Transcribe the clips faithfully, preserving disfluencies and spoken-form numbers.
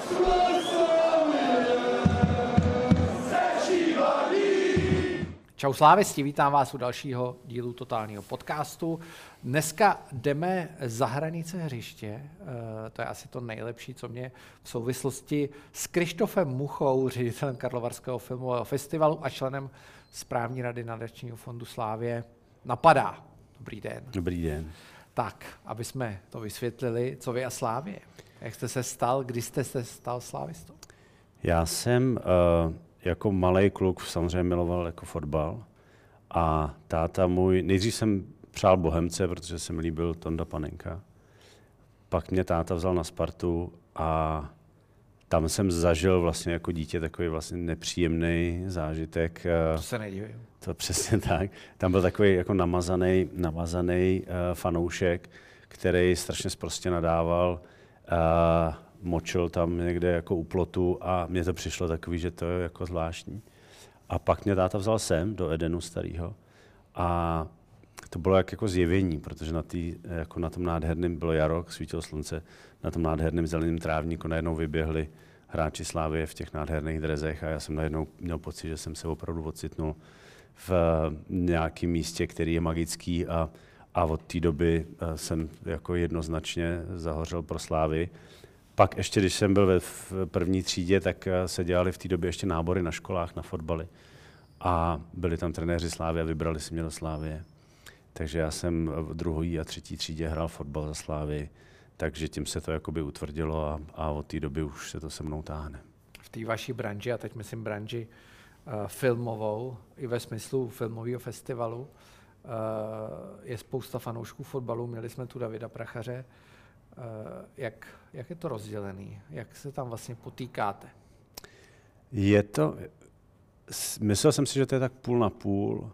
Čau slávisti, vítám vás u dalšího dílu totálního podcastu. Dneska jdeme za hranice hřiště, to je asi to nejlepší, co mě v souvislosti s Krištofem Muchou, ředitelem Karlovarského filmového festivalu a členem správní rady Nadačního fondu Slávie, napadá. Dobrý den. Dobrý den. Tak, aby jsme to vysvětlili, co vy a Slávie. Jak jste se stal, kdy jste se stal slávistou? Já jsem uh, jako malej kluk samozřejmě miloval jako fotbal a táta můj, nejdřív jsem přál Bohemce, protože se mi líbil Tonda Panenka. Pak mě táta vzal na Spartu a tam jsem zažil vlastně jako dítě takový vlastně nepříjemný zážitek. To se nedivím. To přesně tak. Tam byl takový jako namazaný, namazaný uh, fanoušek, který strašně sprostě nadával, uh, močil tam někde jako u plotu a mně to přišlo takový, že to je jako zvláštní. A pak mě táta vzal sem do Edenu starého a to bylo jak jako zjevení, protože na, tý, jako na tom nádherném bylo jaro, svítilo slunce, na tom nádherném zeleném trávníku najednou vyběhli hráči Slávie v těch nádherných drezech a já jsem najednou měl pocit, že jsem se opravdu ocitnul v nějakém místě, který je magický a, a od té doby jsem jako jednoznačně zahořel pro Slávii. Pak ještě, když jsem byl ve první třídě, tak se dělali v té době ještě nábory na školách, na fotbaly. A byli tam trenéři Slávie a vybrali si mě do Slávie. Takže já jsem v druhé a třetí třídě hrál fotbal za Slávii. Takže tím se to jakoby utvrdilo a, a od té doby už se to se mnou táhne. V té vaší branži, a teď myslím branži uh, filmovou, i ve smyslu filmového festivalu, uh, je spousta fanoušků fotbalu. Měli jsme tu Davida Prachaře. Uh, jak, jak je to rozdělený? Jak se tam vlastně potýkáte? Je to, myslel jsem si, že to je tak půl na půl. Uh,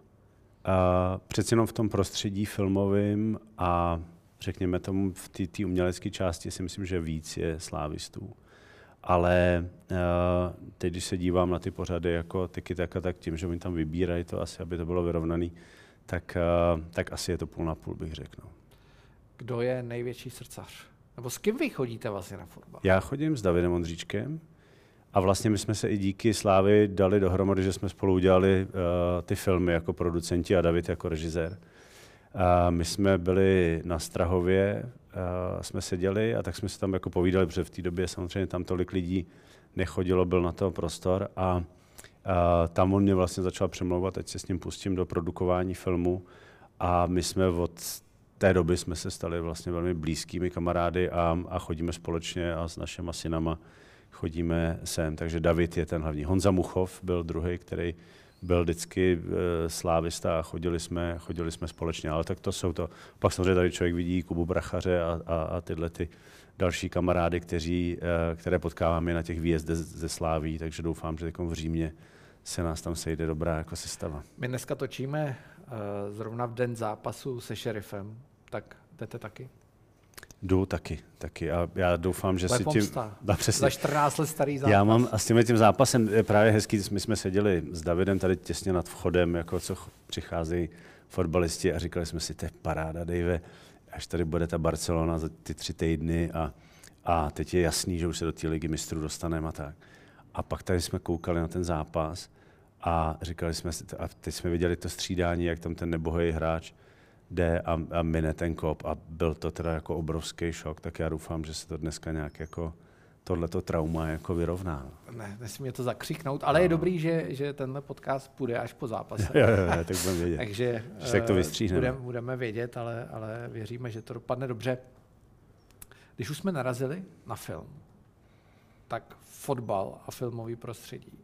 přeci jenom v tom prostředí filmovým a řekněme tomu v té umělecké části si myslím, že víc je slávistů. Ale uh, teď, když se dívám na ty pořady jako Tiki Taka, tak tím, že oni tam vybírají to asi, aby to bylo vyrovnaný, tak, uh, tak asi je to půl na půl, bych řekl. Kdo je největší srdcař? Nebo s kým vy chodíte vlastně na fotbal? Já chodím s Davidem Ondříčkem a vlastně my jsme se i díky Slávii dali dohromady, že jsme spolu udělali uh, ty filmy jako producenti a David jako režisér. Uh, my jsme byli na Strahově, uh, jsme seděli a tak jsme se tam jako povídali, protože v té době samozřejmě tam tolik lidí nechodilo, byl na to prostor a uh, tam on mě vlastně začal přemlouvat, ať se s ním pustím do produkování filmu a my jsme od té doby jsme se stali vlastně velmi blízkými kamarády a, a chodíme společně a s našimi synama chodíme sem. Takže David je ten hlavní. Honza Muchov byl druhý, který byl vždycky e, slávista a chodili jsme, chodili jsme společně. Ale tak to jsou to. Pak samozřejmě tady člověk vidí Kubu Prachaře a, a, a tyhle ty další kamarády, kteří, e, které potkáváme na těch výjezdech ze Sláví, takže doufám, že v Římě se nás tam sejde dobrá jako sestava. My dneska točíme uh, zrovna v den zápasu se Šerifem, tak jdete taky? Jdu taky, taky a já doufám, že Bude si pomsta. tím... Da, přesně. Za čtrnáct let starý zápas. Já mám a s tím, tím zápasem je právě hezký, my jsme seděli s Davidem tady těsně nad vchodem, jako co přicházejí fotbalisti a říkali jsme si, to je paráda, Dave, až tady bude ta Barcelona za ty tři týdny a, a teď je jasný, že už se do té ligy mistrů dostaneme a tak. A pak tady jsme koukali na ten zápas a říkali jsme si, a teď jsme viděli to střídání, jak tam ten nebohý hráč jde a, a mine ten kop a byl to teda jako obrovský šok, tak já doufám, že se to dneska nějak jako tohleto trauma jako vyrovná. Ne, nesmí to zakřiknout, ale no. Je dobrý, že, že tenhle podcast půjde až po zápase. Jo, jo, jo, tak budeme vědět. Takže tak to vystříhneme. Budeme, budeme vědět, ale, ale věříme, že to dopadne dobře. Když už jsme narazili na film, tak fotbal a filmový prostředí.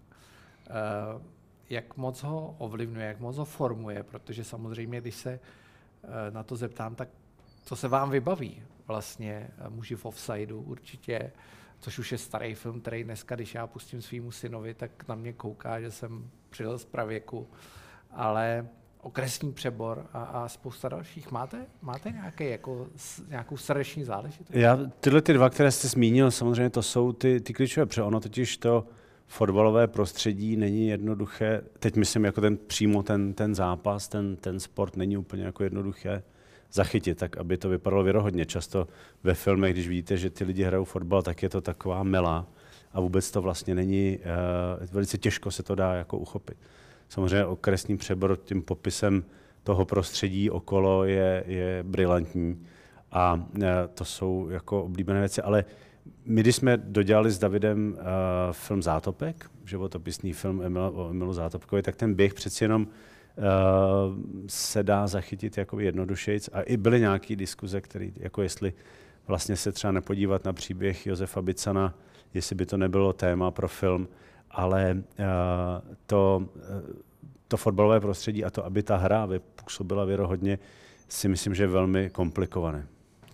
Uh, jak moc ho ovlivňuje, jak moc ho formuje, protože samozřejmě, když se uh, na to zeptám, tak co se vám vybaví vlastně Muži v offsideu určitě, což už je starý film, který dneska, když já pustím svýmu synovi, tak na mě kouká, že jsem přijel z pravěku, ale Okresní přebor a, a spousta dalších. Máte, máte nějaké, jako, nějakou srdeční záležitost? Já, tyhle ty dva, které jste zmínil, samozřejmě to jsou ty, ty klíčové, protože ono totiž to fotbalové prostředí není jednoduché. Teď myslím, jako ten přímo ten, ten zápas, ten, ten sport není úplně jako jednoduché zachytit, tak aby to vypadalo věrohodně. Často ve filmech, když vidíte, že ty lidi hrajou fotbal, tak je to taková mela a vůbec to vlastně není, uh, velice těžko se to dá jako uchopit. Samozřejmě okresní přebor tím popisem toho prostředí okolo je, je brilantní a uh, to jsou jako oblíbené věci, ale my, když jsme dodělali s Davidem uh, film Zátopek, životopisný film Emil, o Emilu Zátopkovi, tak ten běh přeci jenom uh, se dá zachytit jako jednodušejc a i byly nějaké diskuze, které jako jestli vlastně se třeba nepodívat na příběh Josefa Bicana, jestli by to nebylo téma pro film, ale uh, to, uh, to fotbalové prostředí a to, aby ta hra působila věrohodně, si myslím, že je velmi komplikované.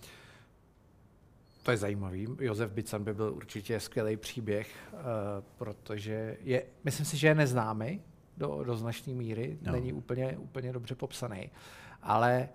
To je zajímavý. Josef Bican by byl určitě skvělý příběh, uh, protože je, myslím si, že je neznámý do, do značné míry, no. Není úplně, úplně dobře popsaný, ale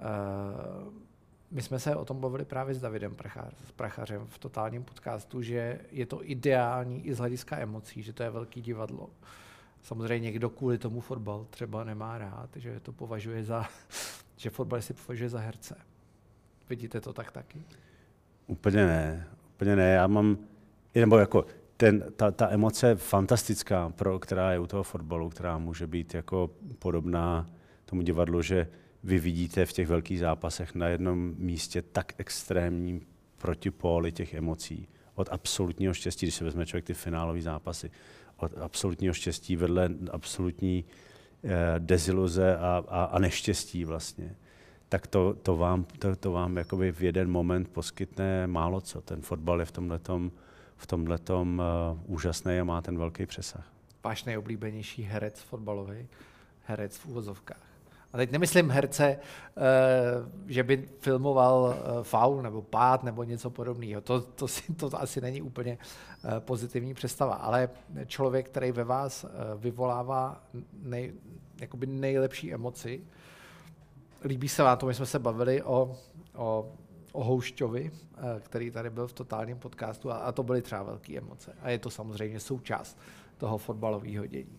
uh, my jsme se o tom bavili právě s Davidem Prachař, s Prachařem v totálním podcastu, že je to ideální i z hlediska emocí, že to je velký divadlo. Samozřejmě někdo kvůli tomu fotbal třeba nemá rád, že to považuje za, že fotbal si považuje za herce. Vidíte to tak taky? Úplně ne, úplně ne. Já mám, nebo jako ten, ta, ta emoce fantastická, pro, která je u toho fotbalu, která může být jako podobná tomu divadlu, že vy vidíte v těch velkých zápasech na jednom místě tak extrémní protipóly těch emocí. Od absolutního štěstí, když se vezme člověk ty finálové zápasy, od absolutního štěstí vedle absolutní eh, deziluze a, a, a neštěstí vlastně. Tak to, to vám, to, to vám jakoby v jeden moment poskytne málo co. Ten fotbal je v tomhletom, v tomhletom uh, úžasný a má ten velký přesah. Váš nejoblíbenější herec fotbalový, herec v uvozovkách. A teď nemyslím herce, uh, že by filmoval uh, faul nebo pád nebo něco podobného. To, to, si, to asi není úplně uh, pozitivní představa, ale člověk, který ve vás uh, vyvolává nej, jakoby nejlepší emoci. Líbí se vám to, my jsme se bavili o, o, o Houšťovi, který tady byl v totálním podcastu a, a to byly třeba velké emoce. A je to samozřejmě součást toho fotbalového dění.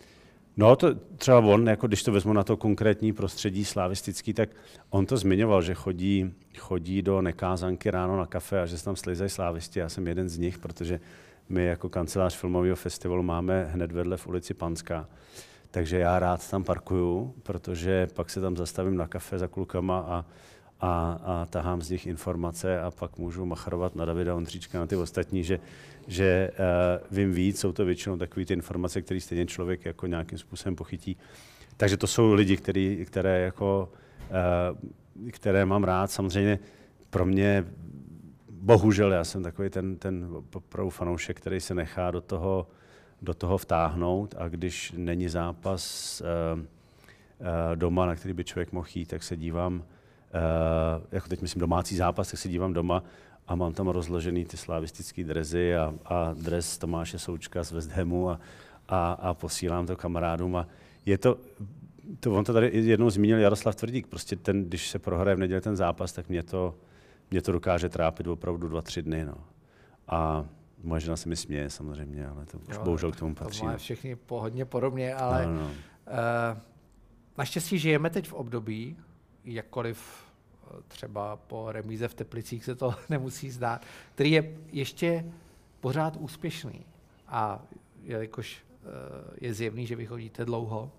No to třeba on, jako když to vezmu na to konkrétní prostředí slavistický, tak on to zmiňoval, že chodí, chodí do Nekázanky ráno na kafe a že se tam slizají slávisti. Já jsem jeden z nich, protože my jako kancelář filmového festivalu máme hned vedle v ulici Panská. Takže já rád tam parkuju, protože pak se tam zastavím na kafe za klukama a, a, a tahám z nich informace a pak můžu machrovat na Davida Ondříčka, na ty ostatní, že, že uh, vím víc, jsou to většinou takové ty informace, které stejně člověk jako nějakým způsobem pochytí. Takže to jsou lidi, který, které, jako, uh, které mám rád. Samozřejmě pro mě, bohužel, já jsem takový ten, ten opravdu fanoušek, který se nechá do toho do toho vtáhnout a když není zápas uh, uh, doma, na který by člověk mohl jít, tak se dívám, uh, jako teď myslím domácí zápas, tak se dívám doma a mám tam rozložený ty slavistický drezy a, a dres Tomáše Součka z West Hamu a, a, a posílám to kamarádům a je to, to, on to tady jednou zmínil Jaroslav Tvrdík, prostě ten, když se prohraje v neděli ten zápas, tak mě to, mě to dokáže trápit opravdu dva, tři dny. No. A moje žena se mi směje samozřejmě, ale to už jo, bohužel k tomu patří. To máme všichni po, hodně podobně, ale no, no. Uh, naštěstí žijeme teď v období, jakkoliv třeba po remíze v Teplicích se to nemusí zdát, který je ještě pořád úspěšný. A jelikož uh, je zjevný, že vy chodíte dlouho,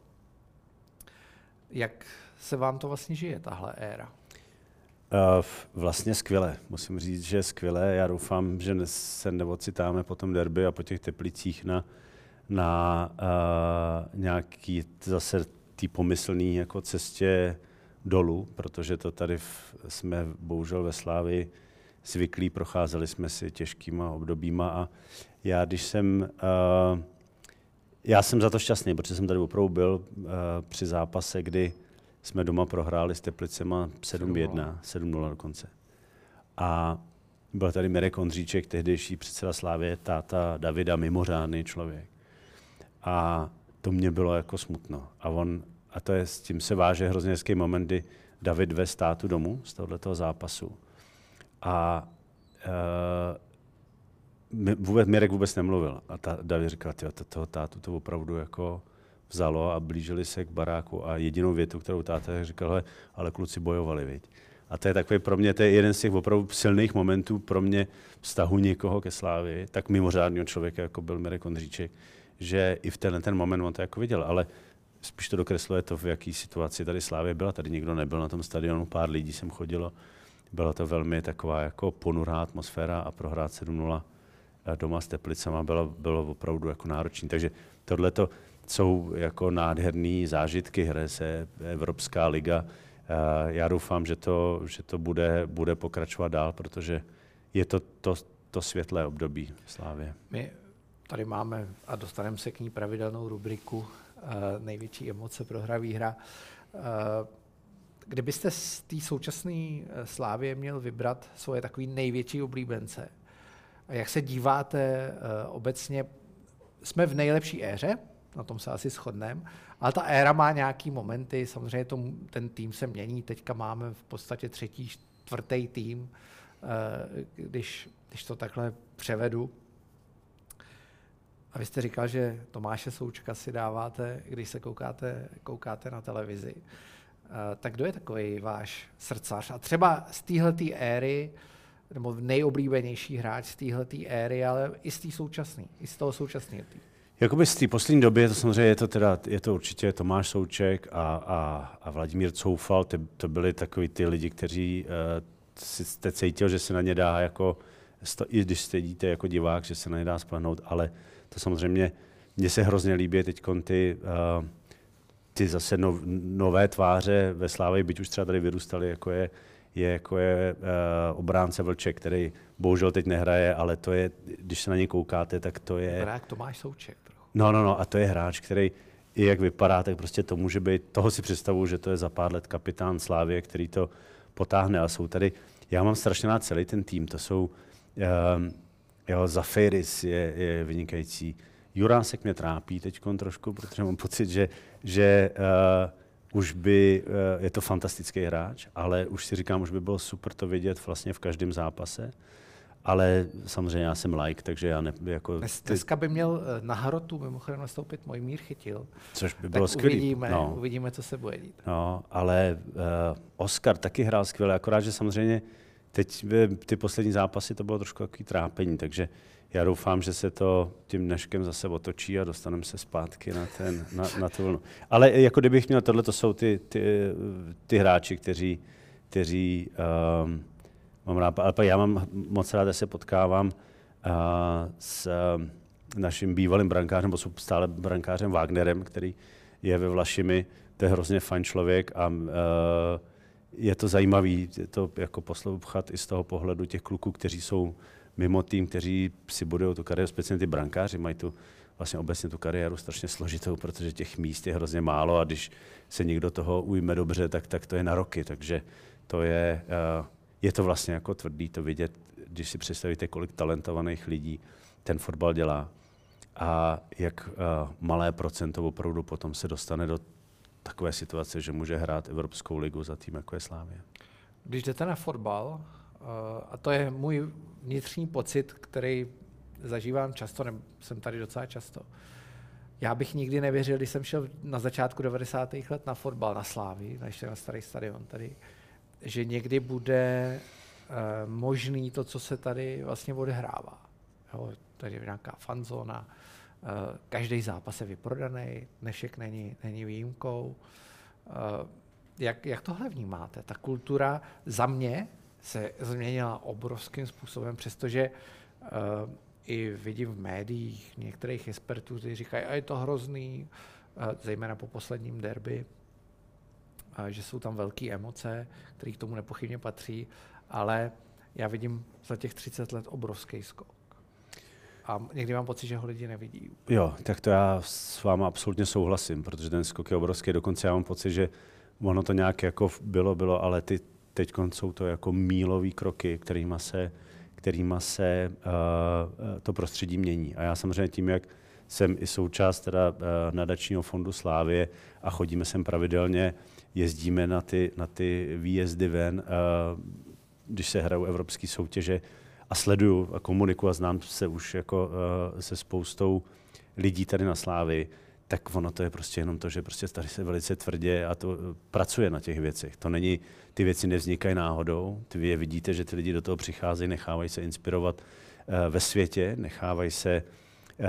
jak se vám to vlastně žije, tahle éra? Uh, vlastně skvěle, musím říct, že skvěle. Já doufám, že se neocitáme po tom derby a po těch Teplicích na, na uh, nějaký zase tý pomyslný jako cestě dolů, protože to tady v, jsme bohužel ve Slávii zvyklí, procházeli jsme si těžkýma obdobíma a já, když jsem, uh, já jsem za to šťastný, protože jsem tady opravdu byl uh, při zápase, kdy jsme doma prohráli s Teplicema sedm jedna, sedm nula dokonce. A byl tady Mirek Ondříček, tehdejší předseda Slávie, táta Davida, mimořádný člověk. A to mě bylo jako smutno. A on, a to je, s tím se váže hrozně hezký moment, kdy David vez tátu domů z tohoto zápasu. A uh, vůbec, Mirek vůbec nemluvil. A ta, David říkal, tyjo, to, toho tátu to opravdu jako vzalo a blížili se k baráku a jedinou větu, kterou táta říkal, ale kluci bojovali, viď. A to je takový pro mě, to je jeden z těch opravdu silných momentů pro mě vztahu někoho ke Slávii, tak mimořádného člověka, jako byl Mirek Ondříček, že i v tenhle ten moment on to jako viděl, ale spíš to dokresluje to, v jaký situaci tady Slávie byla. Tady nikdo nebyl na tom stadionu, pár lidí sem chodilo. Byla to velmi taková jako ponurá atmosféra a prohrát sedm nula doma s Teplicama bylo, bylo opravdu jako náročné. Takže tohleto jsou jako nádherné zážitky, hraje se Evropská liga. Já doufám, že to, že to bude, bude pokračovat dál, protože je to to, to světlé období Slávie. My tady máme a dostaneme se k ní pravidelnou rubriku největší emoce pro hra výhra. Kdybyste z té současné Slávie měl vybrat svoje takový největší oblíbence, a jak se díváte obecně, jsme v nejlepší éře, na tom se asi shodneme, ale ta éra má nějaký momenty, samozřejmě to, ten tým se mění, teďka máme v podstatě třetí, čtvrtý tým, když, když to takhle převedu. A vy jste říkal, že Tomáše Součka si dáváte, když se koukáte, koukáte na televizi. Tak kdo je takový váš srdcař? A třeba z téhleté éry, nebo nejoblíbenější hráč z téhleté éry, ale i z té současné, i z toho současného týmu. Jakoby z té poslední doby je to samozřejmě je to teda, je to určitě Tomáš Souček a, a, a Vladimír Coufal, ty, to byli takový ty lidi, kteří uh, si jste cítil, že se na ně dá jako, i když sedíte jako divák, že se na ně dá spolehnout, ale to samozřejmě, mně se hrozně líbí teď ty, uh, ty zase nov, nové tváře ve Slávii, byť už třeba tady vyrůstali, jako je, je, jako je uh, obránce Vlček, který bohužel teď nehraje, ale to je, když se na něj koukáte, tak to je... Vypadá jak Tomáš Souček trochu. No, no, no, a to je hráč, který i jak vypadá, tak prostě to může být, toho si představuju, že to je za pár let kapitán Slávie, který to potáhne a jsou tady, já mám strašně rád celý ten tým, to jsou, um, jo, Zafiris je, je vynikající, Jurásek mě trápí teď trošku, protože mám pocit, že, že uh, už by, uh, je to fantastický hráč, ale už si říkám, už by bylo super to vidět vlastně v každém zápase. Ale samozřejmě já jsem like, takže já ne, jako... Dneska by měl na hrotu mimochodem nastoupit Mojmír Chytil. Což by bylo skvělý. Uvidíme, no. uvidíme, co se bude dít. No, ale uh, Oskar taky hrál skvěle, akorát, že samozřejmě teď ty poslední zápasy to bylo trošku takový trápení, takže já doufám, že se to tím dneškem zase otočí a dostaneme se zpátky na, ten, na, na tu vlnu. Ale jako kdybych měl, tohle to jsou ty, ty, ty hráči, kteří, kteří um, mám rád, ale já mám moc rád, že se potkávám uh, s uh, naším bývalým brankářem, nebo stále brankářem Wagnerem, který je ve Vlašimi. To je hrozně fajn člověk a uh, je to zajímavý, je to jako poslouchat i z toho pohledu těch kluků, kteří jsou mimo tým, kteří si budou tu kariéru, speciálně ty brankáři, mají tu vlastně obecně tu kariéru strašně složitou, protože těch míst je hrozně málo a když se někdo toho ujme dobře, tak, tak to je na roky, takže to je... Uh, Je to vlastně jako tvrdý to vidět, když si představíte, kolik talentovaných lidí ten fotbal dělá a jak uh, malé procento opravdu potom se dostane do takové situace, že může hrát Evropskou ligu za tým, jako je Slavia. Když jdete na fotbal, uh, a to je můj vnitřní pocit, který zažívám často, nebo jsem tady docela často, já bych nikdy nevěřil, když jsem šel na začátku devadesátých let na fotbal na Slávii, na ještě na starý stadion tady, že někdy bude uh, možný to, co se tady vlastně odehrává. Jo, tady je nějaká fanzóna, uh, každý zápas je vyprodaný, dnešek není, není výjimkou. Uh, jak, jak tohle vnímáte? Ta kultura za mě se změnila obrovským způsobem, přestože uh, i vidím v médiích některých expertů, kteří říkají, a je to hrozný, uh, zejména po posledním derby, že jsou tam velké emoce, které k tomu nepochybně patří, ale já vidím za těch třicet let obrovský skok. A někdy mám pocit, že ho lidi nevidí. Jo, tak to já s váma absolutně souhlasím, protože ten skok je obrovský. Dokonce já mám pocit, že ono to nějak jako bylo, bylo, ale ty teď jsou to jako mílový kroky, kterýma se, kterýma se uh, to prostředí mění. A já samozřejmě tím, jak jsem i součást teda uh, nadačního fondu Slávie a chodíme sem pravidelně, jezdíme na ty, na ty výjezdy ven, uh, když se hrajou evropské soutěže a sleduju a komunikuju a znám se už jako uh, se spoustou lidí tady na Slávii, tak ono to je prostě jenom to, že prostě tady se velice tvrdě a to pracuje na těch věcech. To není, ty věci nevznikají náhodou, ty je vidíte, že ty lidi do toho přicházejí, nechávají se inspirovat uh, ve světě, nechávají se uh,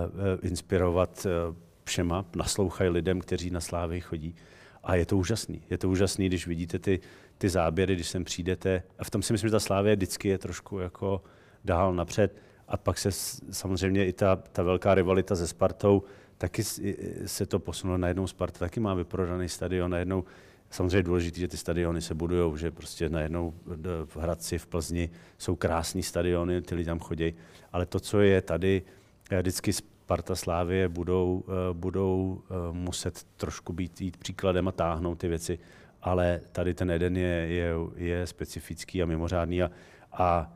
inspirovat uh, všema, naslouchají lidem, kteří na Slávii chodí. A je to úžasný. Je to úžasný, když vidíte ty, ty záběry, když sem přijdete. A v tom si myslím, že ta Slávie vždycky je trošku jako dál napřed. A pak se samozřejmě i ta, ta velká rivalita se Spartou, taky se to posunulo. Najednou Sparta taky má vyprodaný stadion. Najednou, samozřejmě je důležité, že ty stadiony se budujou, že prostě najednou v Hradci, v Plzni jsou krásný stadiony, ty lidi tam chodí. Ale to, co je tady, vždycky Sparta, Slávie budou, budou muset trošku být jít příkladem a táhnout ty věci. Ale tady ten jeden je, je, je specifický a mimořádný. A, a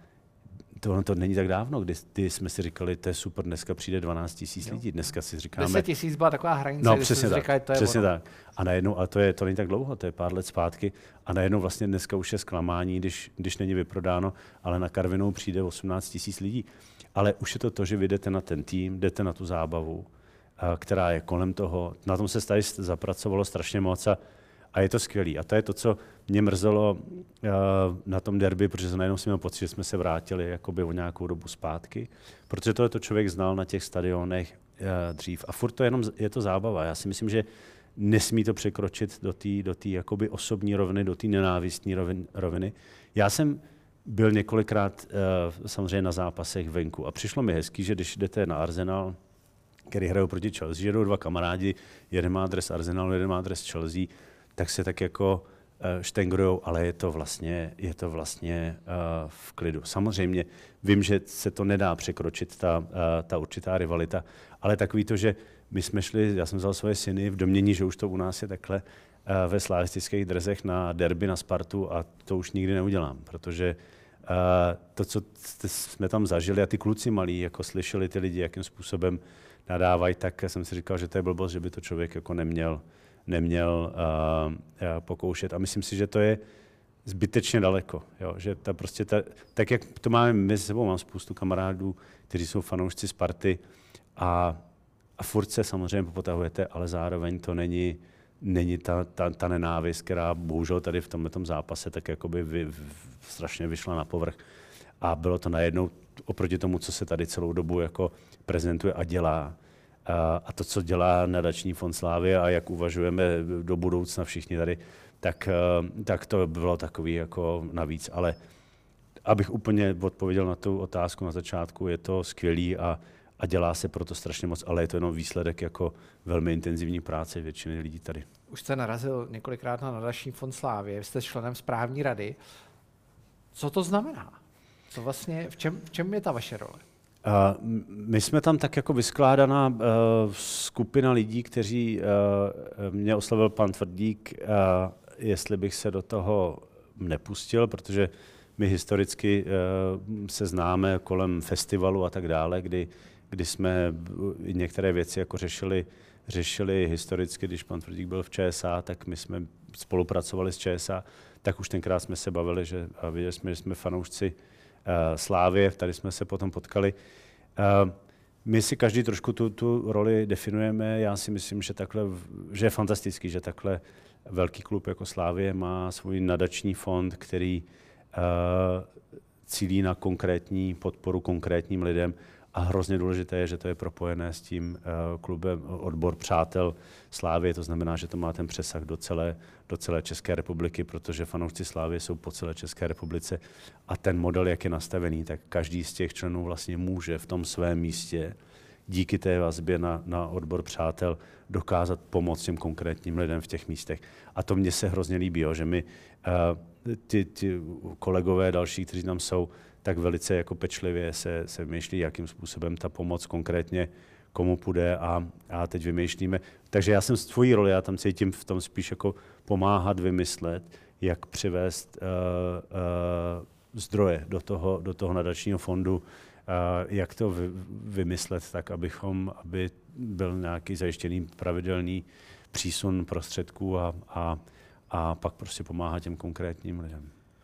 to, to není tak dávno, kdy, kdy jsme si říkali, to je super, dneska přijde dvanáct tisíc lidí, dneska si říkáme... deset tisíc byla taková hranice, no, kdy přesně si tak, říkali, to je přesně ono. tak. A najednou, a to, je, to není tak dlouho, to je pár let zpátky, a najednou vlastně dneska už je zklamání, když, když není vyprodáno, ale na Karvinou přijde osmnáct tisíc lidí. Ale už je to to, že vy jdete na ten tým, jdete na tu zábavu, která je kolem toho. Na tom se tady zapracovalo strašně moc a, a je to skvělý. A to je to, co mě mrzelo uh, na tom derby, protože jsem najednou si měl pocit, že jsme se vrátili jakoby o nějakou dobu zpátky, protože to je to člověk znal na těch stadionech uh, dřív. A furt to jenom je to zábava. Já si myslím, že nesmí to překročit do té do té jakoby osobní roviny, do té nenávistní roviny. Já jsem byl několikrát uh, samozřejmě na zápasech venku a přišlo mi hezký, že když jdete na Arsenal, který hrajou proti Chelsea, že jdou dva kamarádi, jeden má dres Arsenalu, jeden má dres Chelsea, tak se tak jako uh, štengrujou, ale je to vlastně, je to vlastně uh, v klidu. Samozřejmě vím, že se to nedá překročit, ta, uh, ta určitá rivalita, ale takový to, že my jsme šli, já jsem vzal svoje syny v domění, že už to u nás je takhle, uh, ve slavistických dresech na derby na Spartu a to už nikdy neudělám, protože uh, to, co jsme tam zažili a ty kluci malí, jako slyšeli ty lidi, jakým způsobem nadávají, tak jsem si říkal, že to je blbost, že by to člověk jako neměl, neměl uh, uh, pokoušet. A myslím si, že to je zbytečně daleko. Jo? Že ta prostě ta, tak, jak to máme mezi sebou, mám spoustu kamarádů, kteří jsou fanoušci Sparty a, a furt se samozřejmě popotahujete, ale zároveň to není, není ta, ta, ta nenávist, která bohužel tady v tomto zápase tak jakoby vy, v, strašně vyšla na povrch. A bylo to najednou oproti tomu, co se tady celou dobu jako prezentuje a dělá. A to, co dělá nadační fond Slávie a jak uvažujeme do budoucna všichni tady, tak, tak to bylo takový jako navíc. Ale abych úplně odpověděl na tu otázku na začátku, je to skvělý a, a dělá se proto strašně moc, ale je to jenom výsledek jako velmi intenzivní práce většiny lidí tady. Už jste narazil několikrát na nadační fond Slávie, jste členem správní rady. Co to znamená? Co vlastně, v čem, v čem je ta vaše role? Uh, my jsme tam tak jako vyskládaná uh, skupina lidí, kteří uh, mě oslovil pan Tvrdík, uh, jestli bych se do toho nepustil, protože my historicky uh, se známe kolem festivalu a tak dále, kdy, kdy jsme některé věci jako řešili, řešili historicky, když pan Tvrdík byl v ČSA, tak my jsme spolupracovali s ČSA, tak už tenkrát jsme se bavili, že a viděli jsme, že jsme fanoušci Uh, Slávie, tady jsme se potom potkali. Uh, my si každý trošku tu, tu roli definujeme. Já si myslím, že, takhle, že je fantastický, že takhle velký klub jako Slávie má svůj nadační fond, který uh, cílí na konkrétní podporu konkrétním lidem. A hrozně důležité je, že to je propojené s tím uh, klubem odbor přátel Slávie, to znamená, že to má ten přesah do celé, do celé České republiky, protože fanoušci Slávie jsou po celé České republice a ten model, jak je nastavený, tak každý z těch členů vlastně může v tom svém místě díky té vazbě na, na odbor přátel dokázat pomoct těm konkrétním lidem v těch místech. A to mně se hrozně líbí, jo, že my, uh, ty, ty kolegové další, kteří tam jsou, tak velice jako pečlivě se, se vymýšlí, jakým způsobem ta pomoc konkrétně komu půjde a, a teď vymýšlíme. Takže já jsem s tvojí roli, já tam cítím v tom spíš jako pomáhat vymyslet, jak přivést uh, uh, zdroje do toho, do toho nadačního fondu, uh, jak to vy, vymyslet tak, abychom, aby byl nějaký zajištěný pravidelný přísun prostředků a, a, a pak prostě pomáhat těm konkrétním lidem.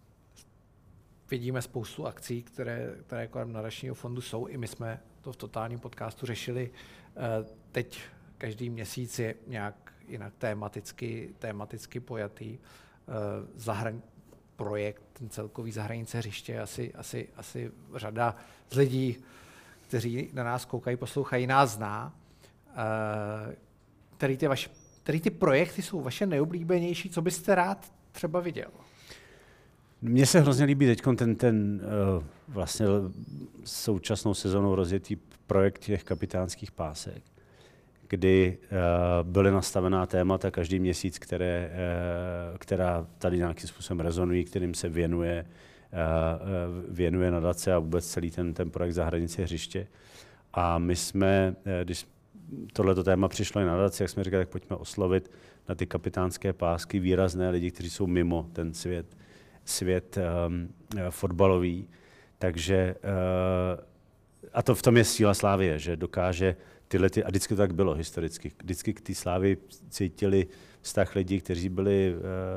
Vidíme spoustu akcí, které, které kolem nadačního fondu jsou. I my jsme to v totálním podcastu řešili. Teď každý měsíc je nějak jinak tematicky, tematicky pojatý. Zahran, projekt, ten celkový za hranice hřiště, asi, asi, asi řada z lidí, kteří na nás koukají, poslouchají, nás zná. Který ty, vaše, který ty projekty jsou vaše nejoblíbenější, co byste rád třeba viděl? Mně se hrozně líbí teď ten, ten uh, vlastně současnou sezónou rozjetý projekt těch kapitánských pásek, kdy uh, byly nastavená témata každý měsíc, které, uh, která tady nějakým způsobem rezonují, kterým se věnuje, uh, věnuje nadace a vůbec celý ten, ten projekt za hranice hřiště. A my jsme, když tohleto téma přišlo i na nadaci, jak jsme říkali, tak pojďme oslovit na ty kapitánské pásky výrazné lidi, kteří jsou mimo ten svět, svět um, fotbalový. Takže, uh, a to v tom je síla Slavie, že dokáže tyhle, ty, a vždycky to tak bylo historicky, vždycky k té Slavii cítili vztah lidí, kteří byli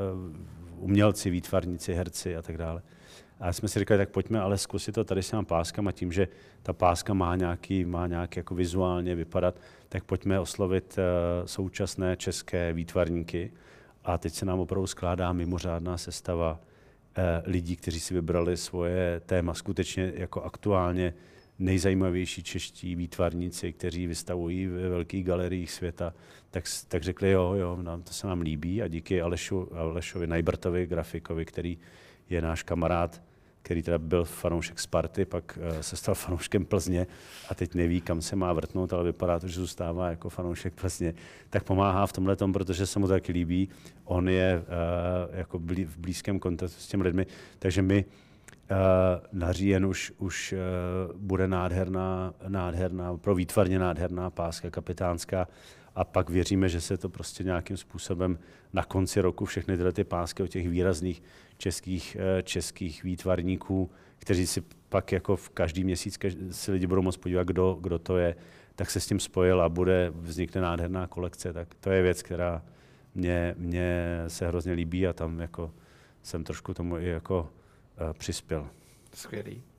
uh, umělci, výtvarníci, herci a tak dále. A jsme si říkali, tak pojďme ale zkusit to tady s těma páskama, tím, že ta páska má nějaký, má nějaký jako vizuálně vypadat, tak pojďme oslovit uh, současné české výtvarníky. A teď se nám opravdu skládá mimořádná sestava uh, lidí, kteří si vybrali svoje téma skutečně jako aktuálně nejzajímavější čeští výtvarníci, kteří vystavují ve velkých galeriích světa, tak, tak řekli, jo, jo, nám, to se nám líbí a díky Alešu, Alešovi Najbrtovi, grafikovi, který je náš kamarád, který teda byl fanoušek Sparty, pak uh, se stal fanouškem Plzně a teď neví, kam se má vrtnout, ale vypadá to, že zůstává jako fanoušek Plzně, tak pomáhá v tomhletom, protože se mu to taky líbí. On je uh, jako blí, v blízkém kontaktu s těmi lidmi, takže my uh, na říjen už, už uh, bude nádherná, nádherná, pro výtvarně nádherná páska kapitánská a pak věříme, že se to prostě nějakým způsobem na konci roku všechny tyhle ty pásky od těch výrazných českých, českých výtvarníků, kteří si pak jako v každý měsíc si lidi budou moct podívat, kdo, kdo to je, tak se s tím spojil a bude, vznikne nádherná kolekce. Tak to je věc, která mě, mě se hrozně líbí a tam jako jsem trošku tomu i jako uh, přispěl. Skvělý. Uh,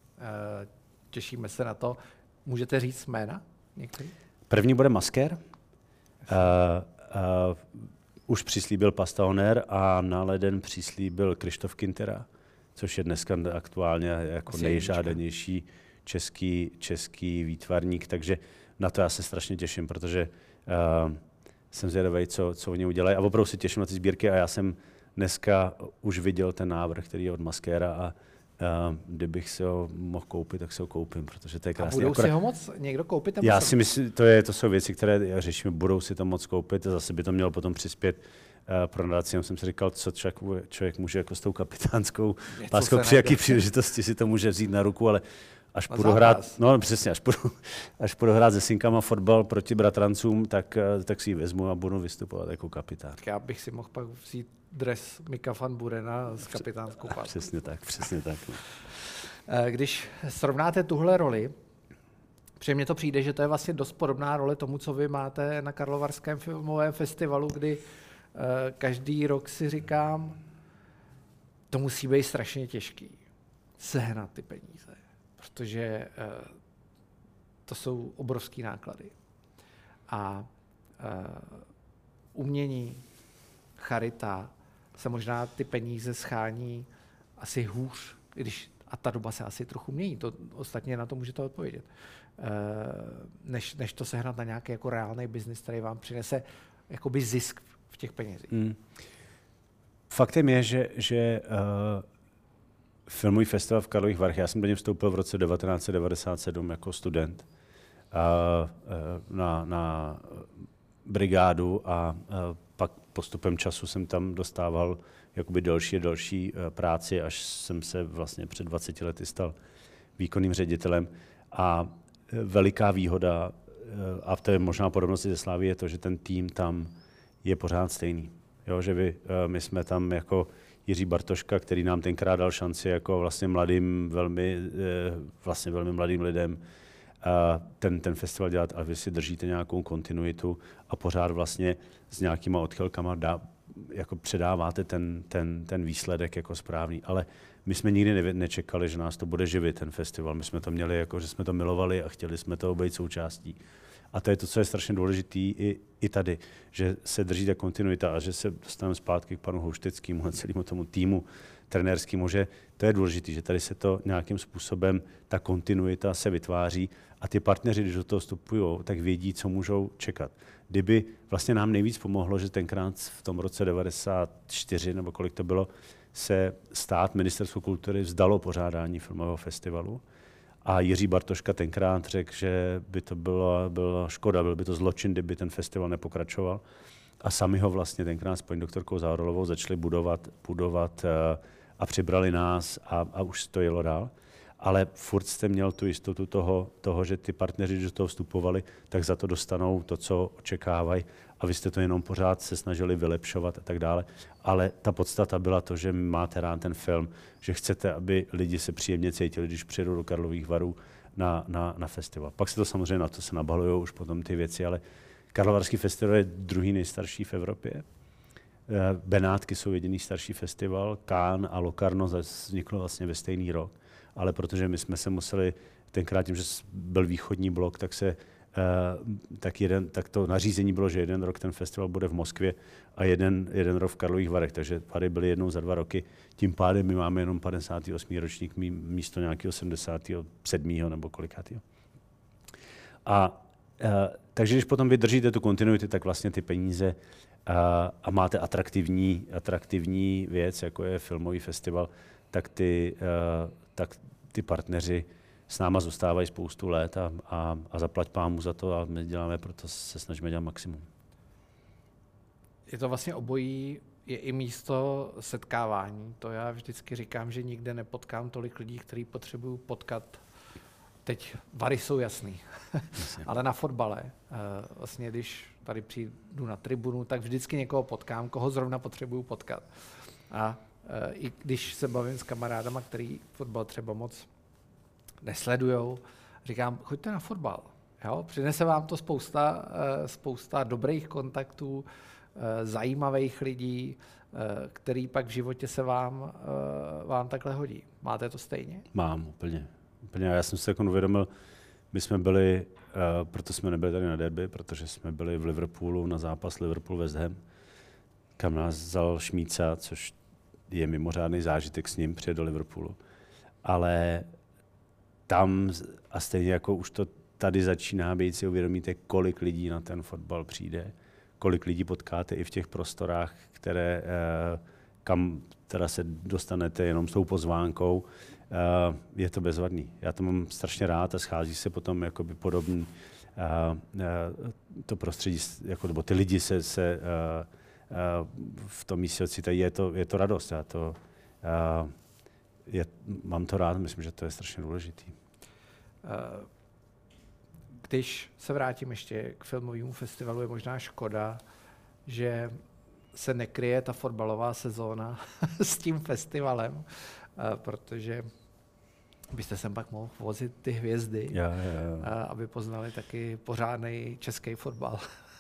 těšíme se na to. Můžete říct jména některý? První bude Masker. Uh, uh, už přislíbil Pastaoner a na leden přislíbil Krištof Kintera, což je dneska aktuálně jako Asi nejžádanější český, český výtvarník, takže na to já se strašně těším, protože uh, jsem zvědavý, co, co oni udělají a opravdu si těším na ty sbírky a já jsem dneska už viděl ten návrh, který je od Maskera a Uh, kdybych si ho mohl koupit, tak si ho koupím, protože to je krásný. A budou Akorát... si ho moc někdo koupit? Já si myslím, to, je, to jsou věci, které řešíme, budou si to moc koupit a zase by to mělo potom přispět uh, pro nadaci. Já jsem si říkal, co člověk, člověk může jako s tou kapitánskou páskou, při jaký příležitosti si to může vzít na ruku, ale až na půjdu hrát, no přesně, až půjdu, až půjdu hrát se synkama fotbal proti bratrancům, tak, tak si ji vezmu a budu vystupovat jako kapitán. Tak já bych si mohl pak vzít dres Mika van Burena s kapitánskou páskou. Přesně tak, přesně tak. Když srovnáte tuhle roli, protože mně to přijde, že to je vlastně dost podobná role tomu, co vy máte na Karlovarském filmovém festivalu, kdy uh, každý rok si říkám, to musí být strašně těžký, sehnat ty peníze, protože uh, to jsou obrovský náklady. A uh, umění, charita se možná ty peníze schání asi hůř, když, a ta doba se asi trochu mění, to ostatně na to můžete odpovědět, než, než to sehnat na nějaký jako reálný biznis, který vám přinese jakoby zisk v těch penězích. Hmm. Faktem je, že, že uh, filmový festival v Karlových Varech, já jsem do něj vstoupil v roce devatenáct set devadesát sedm jako student uh, uh, na, na brigádu a uh, pak postupem času jsem tam dostával jakoby další a další uh, práci, až jsem se vlastně před dvaceti lety stal výkonným ředitelem. A uh, veliká výhoda, uh, a to je možná podobnost ze Slávy, je to, že ten tým tam je pořád stejný. Jo, že vy, uh, my jsme tam jako Jiří Bartoška, který nám tenkrát dal šanci jako vlastně mladým, velmi, uh, vlastně velmi mladým lidem, Uh, ten, ten festival dělat, ale vy si držíte nějakou kontinuitu a pořád vlastně s nějakýma odchylkama dá, jako předáváte ten, ten, ten výsledek jako správný. Ale my jsme nikdy ne, nečekali, že nás to bude živit, ten festival. My jsme to měli jako, že jsme to milovali a chtěli jsme toho být součástí. A to je to, co je strašně důležité i, i tady, že se drží ta kontinuita a že se dostaneme zpátky k panu Houšteckému a celému tomu týmu trenérskému, že to je důležité, že tady se to nějakým způsobem, ta kontinuita se vytváří a ty partneři, když do toho vstupují, tak vědí, co můžou čekat. Kdyby vlastně nám nejvíc pomohlo, že tenkrát v tom roce devadesát čtyři, nebo kolik to bylo, se stát, Ministerstvo kultury vzdalo pořádání filmového festivalu a Jiří Bartoška tenkrát řekl, že by to byla, byla škoda, byl by to zločin, kdyby ten festival nepokračoval. A sami ho vlastně tenkrát s paní doktorkou Zárolovou začali budovat, budovat a přibrali nás a, a už to jelo dál. Ale furt jste měl tu jistotu toho, toho, že ty partneři, když do toho vstupovali, tak za to dostanou to, co očekávají a vy jste to jenom pořád se snažili vylepšovat a tak dále. Ale ta podstata byla to, že máte rád ten film, že chcete, aby lidi se příjemně cítili, když přijedou do Karlových Varů na, na, na festival. Pak se to samozřejmě na to se nabalují už potom ty věci, ale Karlovarský festival je druhý nejstarší v Evropě. Benátky jsou jediný starší festival, Cannes a Locarno vzniklo vlastně ve stejný rok. Ale protože my jsme se museli, tenkrát tím, že byl východní blok, tak, se, tak, jeden, tak to nařízení bylo, že jeden rok ten festival bude v Moskvě a jeden, jeden rok v Karlových Varech, takže Vary byly jednou za dva roky. Tím pádem my máme jenom padesátý osmý ročník místo nějakého sedmdesátého sedmého nebo kolikátého. A takže když potom vydržíte tu kontinuitu, tak vlastně ty peníze a, a máte atraktivní, atraktivní věc, jako je filmový festival, tak ty, uh, tak ty partneři s náma zůstávají spoustu let a, a, a zaplať pámu za to a my děláme, proto se snažíme dělat maximum. Je to vlastně obojí, je i místo setkávání. To já vždycky říkám, že nikde nepotkám tolik lidí, kteří potřebují potkat. Teď Vary jsou jasný, ale na fotbale, uh, vlastně když tady přijdu na tribunu, tak vždycky někoho potkám, koho zrovna potřebuju potkat. A i když se bavím s kamarádama, který fotbal třeba moc nesledujou, říkám, choďte na fotbal. Jo? Přinese vám to spousta, spousta dobrých kontaktů, zajímavých lidí, který pak v životě se vám, vám takhle hodí. Máte to stejně? Mám, úplně. úplně. Já jsem se jako uvědomil, my jsme byli, proto jsme nebyli tady na derby, protože jsme byli v Liverpoolu na zápas Liverpool-West Ham, kam nás vzal Šmíca, což je mimořádný zážitek s ním, přijet do Liverpoolu. Ale tam, a stejně jako už to tady začíná být, si uvědomíte, kolik lidí na ten fotbal přijde, kolik lidí potkáte i v těch prostorách, které, kam teda se dostanete jenom s tou pozvánkou. Je to bezvadný. Já to mám strašně rád a schází se potom jakoby podobný to prostředí, jako, nebo ty lidi se, se v tom místě ocitají, je to, je to radost. Já to, je, mám to rád, myslím, že to je strašně důležitý. Když se vrátím ještě k filmovému festivalu, je možná škoda, že se nekryje ta fotbalová sezóna s tím festivalem, protože byste sem pak mohl vozit ty hvězdy, ja, ja, ja. aby poznali taky pořádný český fotbal.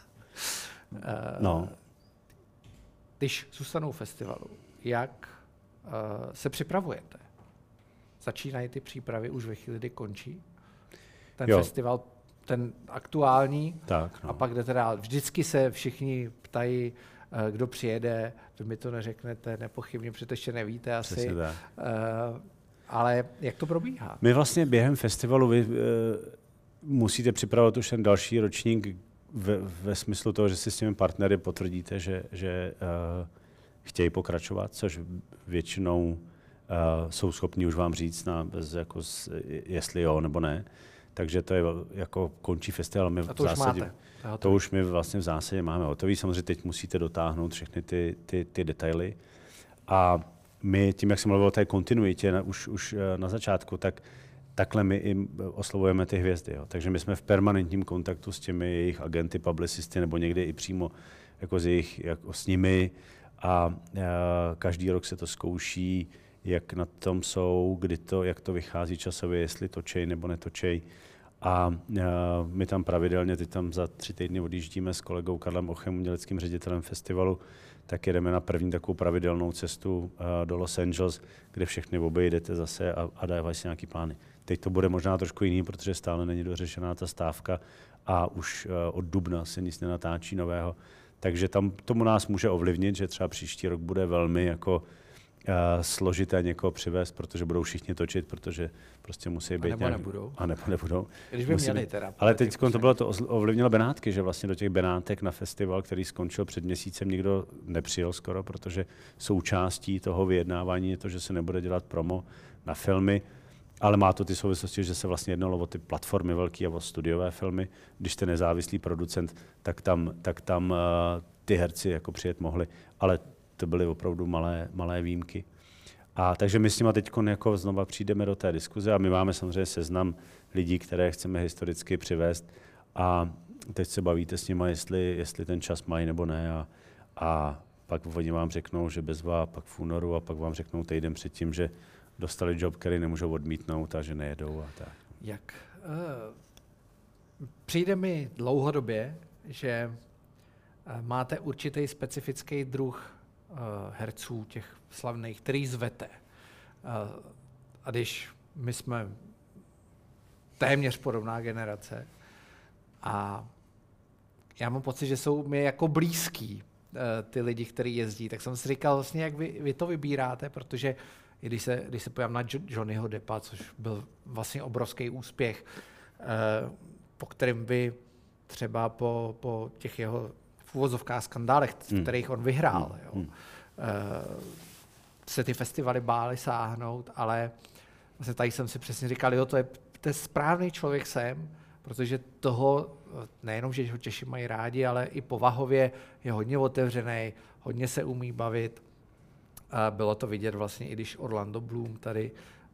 No. Když zůstanou festivalu, jak uh, se připravujete? Začínají ty přípravy už ve chvíli, kdy končí ten jo. festival, ten aktuální, tak, no. A pak jdete dál. Vždycky se všichni ptají, uh, kdo přijede, vy mi to neřeknete nepochybně, protože ještě nevíte asi. Uh, ale jak to probíhá? My vlastně během festivalu vy, uh, musíte připravovat už ten další ročník, Ve, ve smyslu toho, že si s těmi partnery potvrdíte, že, že uh, chtějí pokračovat, což většinou uh, jsou schopni už vám říct, na, bez, jako, jestli jo nebo ne. Takže to je jako končí festival. My A to v zásadě, už máte? To už my vlastně v zásadě máme hotový. Samozřejmě teď musíte dotáhnout všechny ty, ty, ty detaily. A my tím, jak jsem mluvil o té kontinuitě na, už, už na začátku, tak takhle my i oslovujeme ty hvězdy. Jo. Takže my jsme v permanentním kontaktu s těmi jejich agenty, publicisty, nebo někdy i přímo jako s, jejich, jako s nimi. A, a každý rok se to zkouší, jak na tom jsou, kdy to, jak to vychází časově, jestli točej nebo netočej. A uh, my tam pravidelně, teď tam za tři týdny odjíždíme s kolegou Karlem Ochem, uměleckým ředitelem festivalu, tak jedeme na první takovou pravidelnou cestu uh, do Los Angeles, kde všechny obejdete zase a, a dávají si nějaký plány. Teď to bude možná trošku jiný, protože stále není dořešená ta stávka a už uh, od dubna se nic nenatáčí nového. Takže tam tomu nás může ovlivnit, že třeba příští rok bude velmi jako uh, složité někoho přivést, protože budou všichni točit, protože prostě musí být a nebo nějak... nebudou. A nebo nebudou. Když by měli teda. Ale teď to bylo to ovlivnilo Benátky, že vlastně do těch Benátek na festival, který skončil před měsícem, nikdo nepřijel skoro, protože součástí toho vyjednávání je to, že se nebude dělat promo na filmy, ale má to ty souvislosti, že se vlastně jednalo o ty platformy velké a o studiové filmy. Když jste nezávislý producent, tak tam, tak tam uh, ty herci jako přijet mohli, ale to byly opravdu malé, malé výjimky. A takže my s nimi teď jako znova přijdeme do té diskuze a my máme samozřejmě seznam lidí, které chceme historicky přivést a teď se bavíte s nimi, jestli, jestli ten čas mají nebo ne a, a pak oni vám řeknou, že bezva, pak v únoru a pak vám řeknou týden předtím, že dostali job, který nemůžou odmítnout a že nejedou a tak. Jak? Uh, přijde mi dlouhodobě, že uh, máte určitý specifický druh uh, herců, těch slavných, který zvete. Uh, a když my jsme téměř podobná generace a já mám pocit, že jsou mi jako blízký uh, ty lidi, kteří jezdí, tak jsem si říkal vlastně, jak vy, vy to vybíráte, protože i když se, když se pojám na Johnnyho Deppa, což byl vlastně obrovský úspěch, eh, po kterém by třeba po, po těch jeho v uvozovkách skandálech, v hmm. kterých on vyhrál, hmm. jo, Hmm. eh, se ty festivaly bály sáhnout, ale vlastně tady jsem si přesně říkal, jo, to je, to je správný člověk sem, protože toho, nejenom, že ho Češi mají rádi, ale i povahově je hodně otevřený, hodně se umí bavit. A bylo to vidět vlastně, i když Orlando Bloom tady,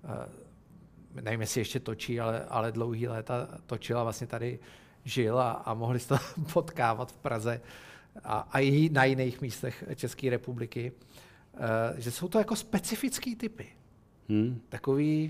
nevím, jestli ještě točí, ale, ale dlouhý léta točil a vlastně tady žil a, a mohli se to potkávat v Praze a, a i na jiných místech České republiky, že jsou to jako specifický typy. Hmm. Takový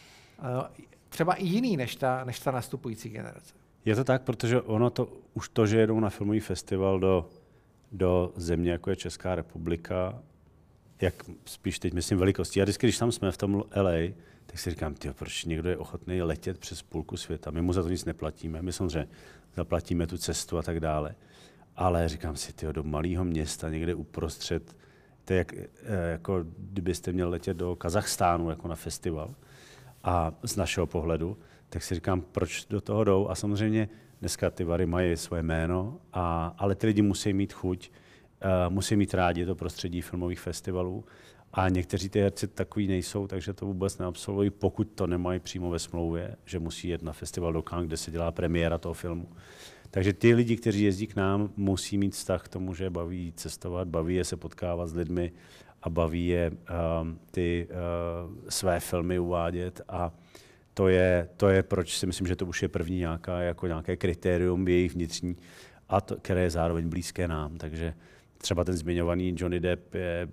třeba i jiný než ta, než ta nastupující generace. Je to tak, protože ono to, už to, že jedou na filmový festival do, do země, jako je Česká republika, jak spíš teď myslím velikosti. A vždycky, když tam jsme v tom L A, tak si říkám, tyjo, proč někdo je ochotný letět přes půlku světa. My mu za to nic neplatíme, my samozřejmě zaplatíme tu cestu a tak dále. Ale říkám si, tyjo, do malého města někde uprostřed, to je jak, jako kdybyste měl letět do Kazachstánu jako na festival. A z našeho pohledu, tak si říkám, proč do toho jdou. A samozřejmě dneska ty Vary mají svoje jméno, a, ale ty lidi musí mít chuť, Uh, musí mít rádi to prostředí filmových festivalů a někteří ty herci takový nejsou, takže to vůbec neabsolvují, pokud to nemají přímo ve smlouvě, že musí jet na festival do Cannes, kde se dělá premiéra toho filmu. Takže ty lidi, kteří jezdí k nám, musí mít vztah k tomu, že baví cestovat, baví je se potkávat s lidmi a baví je um, ty uh, své filmy uvádět a to je, to je, proč si myslím, že to už je první nějaká, jako nějaké kritérium jejich vnitřní, a to, které je zároveň blízké nám, takže třeba ten zmiňovaný Johnny Depp je,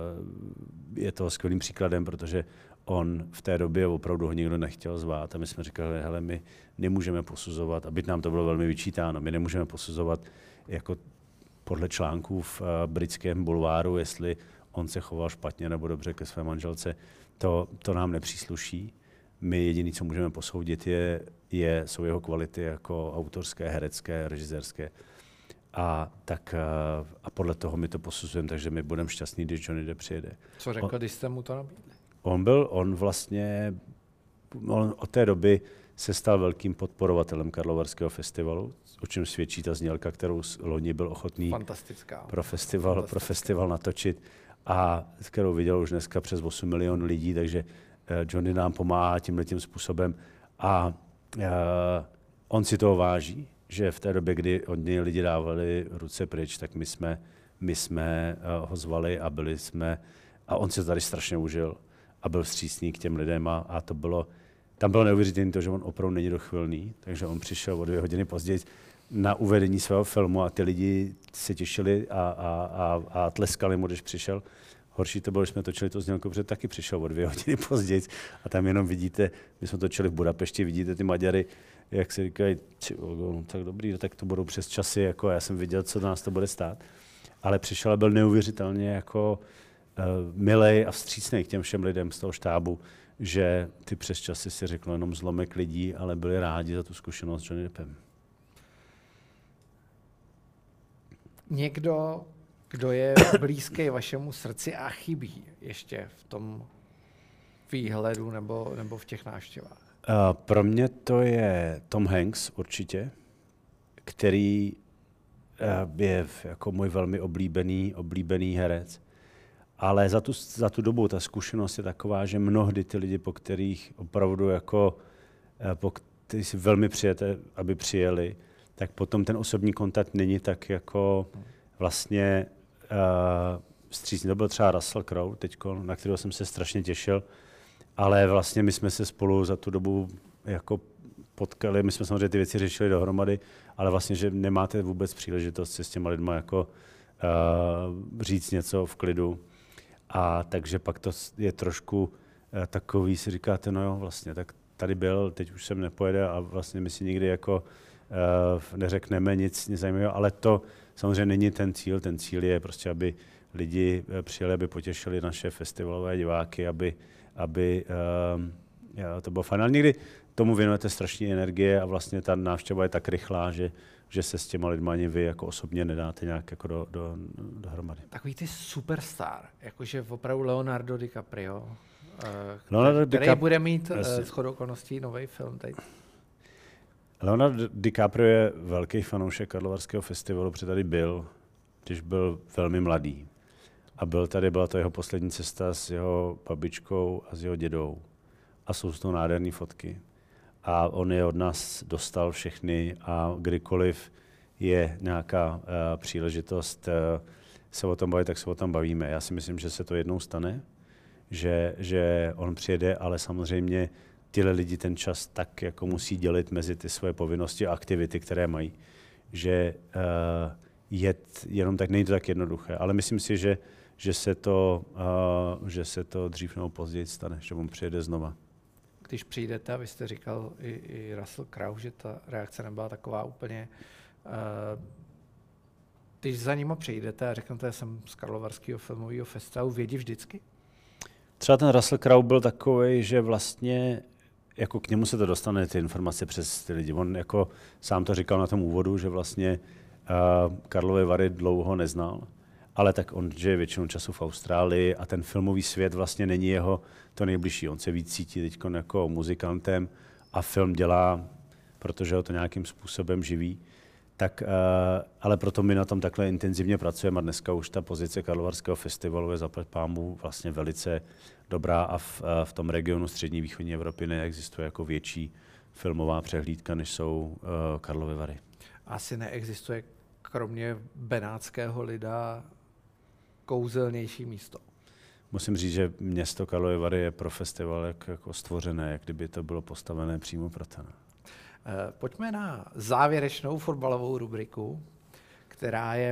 je toho skvělým příkladem, protože on v té době opravdu ho nikdo nechtěl zvát a my jsme říkali, hele, my nemůžeme posuzovat, a byť nám to bylo velmi vyčítáno, my nemůžeme posuzovat jako podle článků v britském bulváru, jestli on se choval špatně nebo dobře ke své manželce, to, to nám nepřísluší. My jediné, co můžeme posoudit, je, je, jsou jeho kvality jako autorské, herecké, režisérské. A, tak, a podle toho my to posuzujeme, takže my budeme šťastní, když Johnny Depp přijede. Co řekl, on, když jste mu to nabídli? On byl, on vlastně, on od té doby se stal velkým podporovatelem Karlovarského festivalu, o čem svědčí ta znělka, kterou loni byl ochotný pro festival, Fantastická. pro festival natočit a kterou viděl už dneska přes osm milionů lidí, takže Johnny nám pomáhá tímhletím způsobem a uh, on si toho váží, že v té době, kdy od něj lidi dávali ruce pryč, tak my jsme, my jsme uh, ho zvali a byli jsme, a on se tady strašně užil a byl vstřícný k těm lidem a, a to bylo, tam bylo neuvěřitelné to, že on opravdu není dochvilný, takže on přišel o dvě hodiny později na uvedení svého filmu a ty lidi se těšili a, a, a, a tleskali mu, když přišel. Horší to bylo, když jsme točili to znělko, protože taky přišel o dvě hodiny později a tam jenom vidíte, my jsme točili v Budapešti, vidíte ty Maďary, jak si říkají, no, tak dobrý, tak to budou přes časy, jako já jsem viděl, co nás to bude stát. Ale přišel a byl neuvěřitelně jako uh, milej a vstřícnej k těm všem lidem z toho štábu, že ty přes časy si řekl jenom zlomek lidí, ale byli rádi za tu zkušenost s Johnny Deppem. Někdo, kdo je blízký vašemu srdci a chybí ještě v tom výhledu nebo, nebo v těch návštěvách? Uh, pro mě to je Tom Hanks určitě, který uh, je jako můj velmi oblíbený, oblíbený herec. Ale za tu, za tu dobu ta zkušenost je taková, že mnohdy ty lidi, po kterých opravdu jako, uh, po kterých si velmi přijete, aby přijeli, tak potom ten osobní kontakt není tak jako vlastně uh, vstřícný. To byl třeba Russell Crowe teďko, na kterého jsem se strašně těšil. Ale vlastně my jsme se spolu za tu dobu jako potkali, my jsme samozřejmě ty věci řešili dohromady, ale vlastně, že nemáte vůbec příležitost si s těma lidma jako uh, říct něco v klidu. A takže pak to je trošku uh, takový, si říkáte, no jo, vlastně, tak tady byl, teď už sem nepojede a vlastně my si nikdy jako uh, neřekneme nic nezajímavého, ale to samozřejmě není ten cíl, ten cíl je prostě, aby lidi přijeli, aby potěšili naše festivalové diváky, aby aby um, jo, to bylo fajn. Ale někdy tomu věnujete strašně energie a vlastně ta návštěva je tak rychlá, že, že se s těma lidma ani vy jako osobně nedáte nějak jako do, do, dohromady. Takový ty superstar, jakože opravdu Leonardo DiCaprio, uh, Leonardo který DiCap- bude mít uh, shodou okolností nový film teď. Leonardo DiCaprio je velký fanoušek Karlovarského festivalu, protože tady byl, když byl velmi mladý. A byl tady, byla to jeho poslední cesta s jeho babičkou a s jeho dědou. A jsou z toho nádherné fotky. A on je od nás dostal všechny a kdykoliv je nějaká uh, příležitost uh, se o tom bavit, tak se o tom bavíme. Já si myslím, že se to jednou stane, že, že on přijede, ale samozřejmě tyhle lidi ten čas tak jako musí dělit mezi ty svoje povinnosti a aktivity, které mají. Že uh, jet jenom tak, není to tak jednoduché. Ale myslím si, že Že se, to, uh, že se to dřív nebo později stane, že on přijede znova. Když přijdete, a vy jste říkal i, i Russell Crowe, že ta reakce nebyla taková úplně... Uh, když za nima přijdete a řeknete, že jsem z Karlovarského filmového festivalu, vědí vždycky? Třeba ten Russell Crowe byl takovej, že vlastně jako k němu se to dostane, ty informace přes ty lidi. On jako sám to říkal na tom úvodu, že vlastně uh, Karlovy Vary dlouho neznal. Ale tak on žije většinou času v Austrálii a ten filmový svět vlastně není jeho to nejbližší. On se víc cítí teď jako muzikantem a film dělá, protože ho to nějakým způsobem živí. Tak, uh, ale proto my na tom takhle intenzivně pracujeme a dneska už ta pozice Karlovarského festivalu je zaplať pánbůh vlastně velice dobrá a v, uh, v tom regionu střední východní Evropy neexistuje jako větší filmová přehlídka, než jsou uh, Karlovy Vary. Asi neexistuje kromě benátského Lida kouzelnější místo. Musím říct, že město Karlovy Vary je pro festival jak, jako stvořené, jak kdyby to bylo postavené přímo pro to. Pojďme na závěrečnou fotbalovou rubriku, která je